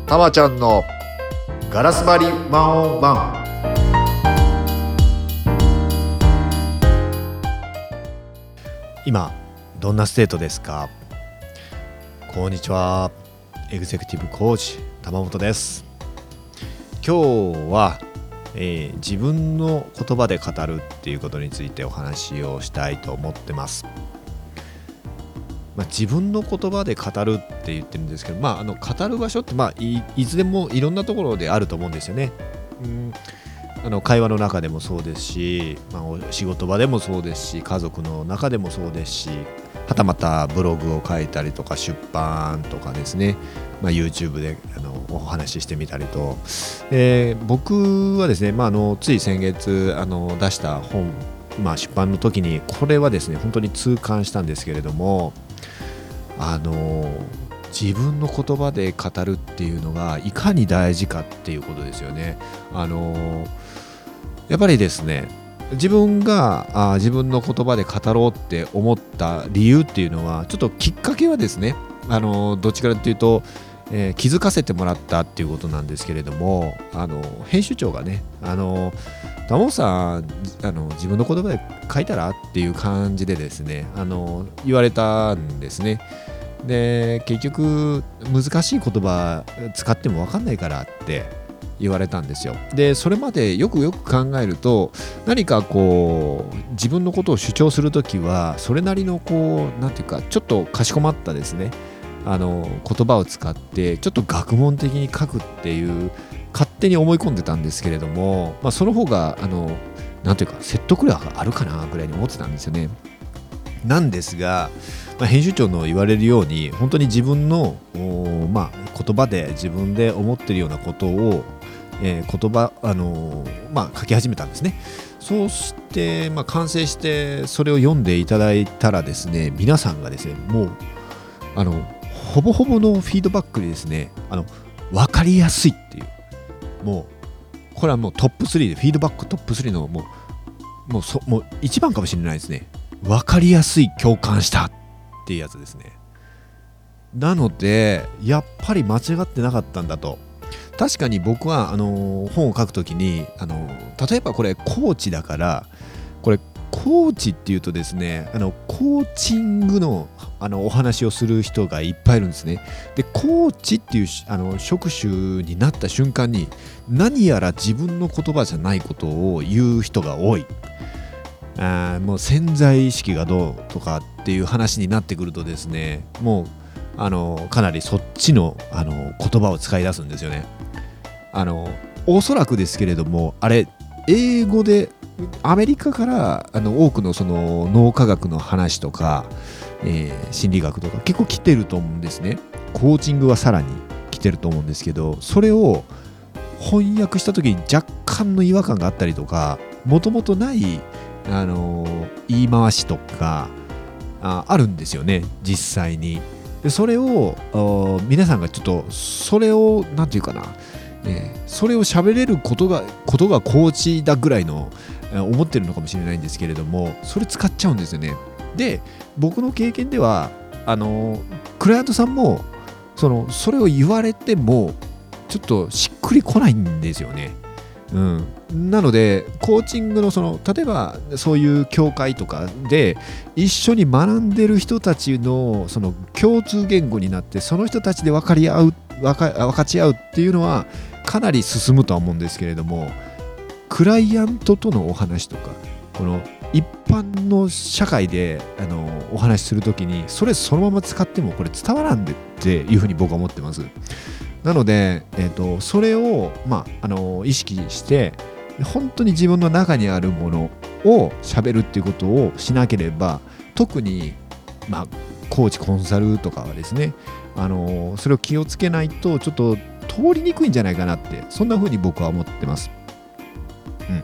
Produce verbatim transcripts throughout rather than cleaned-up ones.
たまちゃんのガラス張りワンオンワン。 今どんなステートですか？こんにちは、エグゼクティブコーチ玉本です。今日は、えー、自分の言葉で語るっていうことについてお話をしたいと思ってます。まあ、自分の言葉で語るって言ってるんですけど、まあ、あの語る場所って、まあ、い, いつでもいろんなところであると思うんですよね。うんあの会話の中でもそうですし、まあ、お仕事場でもそうですし、家族の中でもそうですし、はたまたブログを書いたりとか出版とかですね、まあ、YouTube であのお話ししてみたりと、えー、僕はですね、まあ、あのつい先月あの出した本、まあ、出版の時にこれはですね本当に痛感したんですけれども、あの自分の言葉で語るっていうのがいかに大事かっていうことですよね。あのやっぱりですね、自分があ自分の言葉で語ろうって思った理由っていうのは、ちょっときっかけはですね、あのどっちかというと、えー、気づかせてもらったっていうことなんですけれども、あの編集長がね、あの玉本さんあの自分の言葉で書いたらっていう感じでですね、あの言われたんですね。で結局難しい言葉使っても分かんないからって言われたんですよ。でそれまでよくよく考えると、何かこう自分のことを主張するときはそれなりのこうなんていうかちょっとかしこまったですね、あの言葉を使ってちょっと学問的に書くっていう勝手に思い込んでたんですけれども、まあ、その方があのなんていうか説得力があるかなぐらいに思ってたんですよね。なんですが、まあ、編集長の言われるように本当に自分の、まあ、言葉で自分で思ってるようなことを、えー、言葉、あのーまあ、書き始めたんですね。そうして、まあ、完成してそれを読んでいただいたらですね、皆さんがですねもうあのほぼほぼのフィードバックでですね、あの分かりやすいっていう、もうこれはもうトップスリーでフィードバックトップスリーのもう、もうそもう一番かもしれないですね。分かりやすい、共感したっていうやつですね。なのでやっぱり間違ってなかったんだと。確かに僕はあの本を書くときに、あの例えばこれコーチだから、これコーチっていうとですね、あのコーチングの、あのお話をする人がいっぱいいるんですね。でコーチっていうあの職種になった瞬間に、何やら自分の言葉じゃないことを言う人が多い。あもう潜在意識がどうとかっていう話になってくるとですね、もうあのかなりそっちの、あの言葉を使い出すんですよね。あのおそらくですけれども、あれ英語でアメリカからあの多くのその脳科学の話とか、えー、心理学とか結構来てると思うんですね。コーチングはさらに来てると思うんですけど、それを翻訳した時に若干の違和感があったりとか、もともとないあの言い回しとか あ, あるんですよね、実際に。でそれを皆さんがちょっとそれをなんていうかな、えー、それを喋れることがことがコーチだぐらいの思ってるのかもしれないんですけれども、それ使っちゃうんですよね。で僕の経験ではあのクライアントさんもそのそれを言われてもちょっとしっくりこないんですよね。うん、なのでコーチングのその例えばそういう協会とかで一緒に学んでる人たちのその共通言語になって、その人たちで分かり合う分か、分かち合うっていうのはかなり進むとは思うんですけれども、クライアントとのお話とかこの一般の社会であのお話しするときにそれそのまま使ってもこれ伝わらんでっていうふうに僕は思ってます。なので、えーと、それを、まあ、あの意識して本当に自分の中にあるものを喋るっていうことをしなければ、特に、まあ、コーチコンサルとかはですね、あのそれを気をつけないとちょっと通りにくいんじゃないかなって、そんな風に僕は思ってます。うん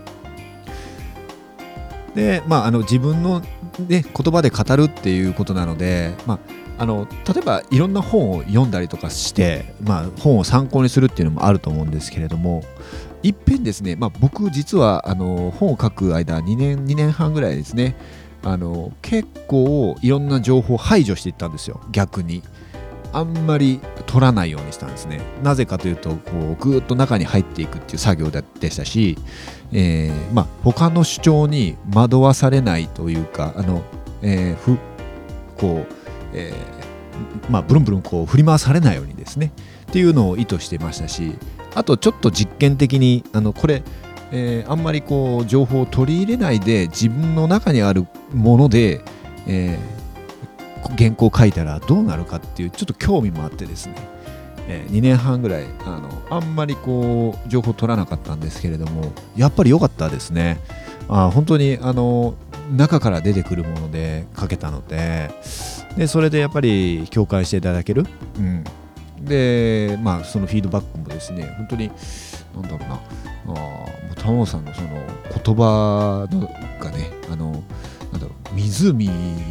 でまあ、あの自分の、ね、言葉で語るっていうことなので、まああの例えばいろんな本を読んだりとかして、まあ、本を参考にするっていうのもあると思うんですけれども、いっぺんですね、まあ、僕実はあの本を書く間にねんにねんはんぐらいですね、あの結構いろんな情報を排除していったんですよ。逆にあんまり取らないようにしたんですね。なぜかというとこうぐーっと中に入っていくっていう作業でしたし、えーまあ、他の主張に惑わされないというかあの、えー、ふこう、えーまあ、ブルンブルンこう振り回されないようにですねっていうのを意図してましたし、あとちょっと実験的にあのこれ、えー、あんまりこう情報を取り入れないで自分の中にあるもので、えー原稿を書いたらどうなるかっていうちょっと興味もあってですね、えー、にねんはんぐらいあのあんまりこう情報を取らなかったんですけれども、やっぱり良かったですね。あ本当にあの中から出てくるもので書けたので、でそれでやっぱり共感していただける、うん、でまあそのフィードバックもですね本当になんだろうな、あ玉本さんのその言葉のがねあのなんだろう湖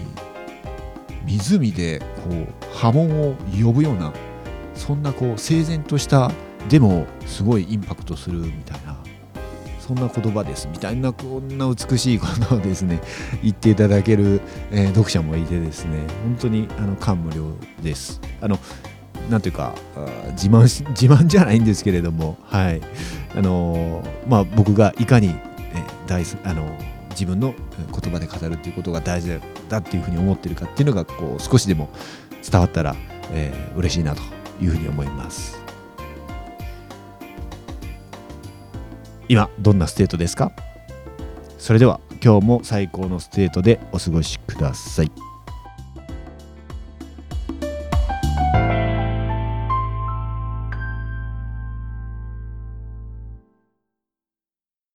湖でこう波紋を呼ぶようなそんなこう整然としたでもすごいインパクトするみたいなそんな言葉ですみたいなこんな美しいことをですね言っていただける、えー、読者もいてですね本当にあの感無量です。あのなんていうか自慢し自慢じゃないんですけれども、はいあのー、まあ僕がいかに、えー、大あのー自分の言葉で語るっていうことが大事だっていうふうに思ってるかっていうのがこう少しでも伝わったら、えー、嬉しいなというふうに思います。今どんなステートですか？それでは今日も最高のステートでお過ごしください。